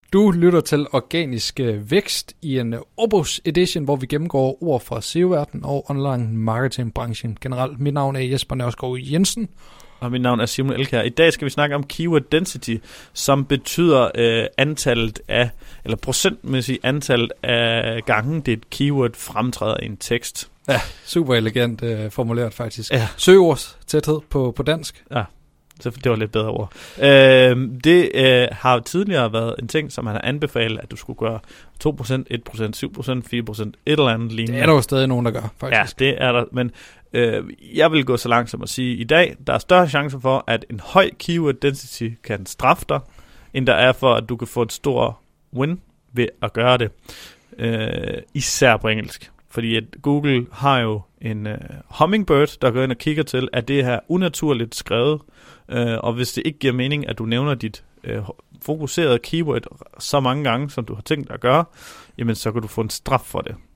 Du lytter til Organisk Vækst i en Opus Edition, hvor vi gennemgår ord fra SEO-verdenen og online marketingbranchen generelt. Mit navn er Jesper Nørskov Jensen. Og mit navn er Simon Elkjær. I dag skal vi snakke om keyword density, som betyder antallet af, eller procentmæssigt antallet af gange, det et keyword fremtræder i en tekst. Ja, super elegant formuleret faktisk. Ja. Søgeordstæthed på dansk. Ja. Så det var lidt bedre ord. Det har tidligere været en ting, som man har anbefalet, at du skulle gøre 2%, 1%, 7%, 4%, et eller andet lignende. Det er der jo stadig nogen, der gør, faktisk. Ja, det er der. Men jeg vil gå så langt som at sige, at i dag, der er større chancer for, at en høj keyword density kan straffe dig, end der er for, at du kan få et stort win ved at gøre det. Især på engelsk. Fordi at Google har jo en hummingbird, der går ind og kigger til, at det her unaturligt skrevet, og hvis det ikke giver mening, at du nævner dit fokuserede keyword så mange gange, som du har tænkt at gøre, jamen så kan du få en straf for det.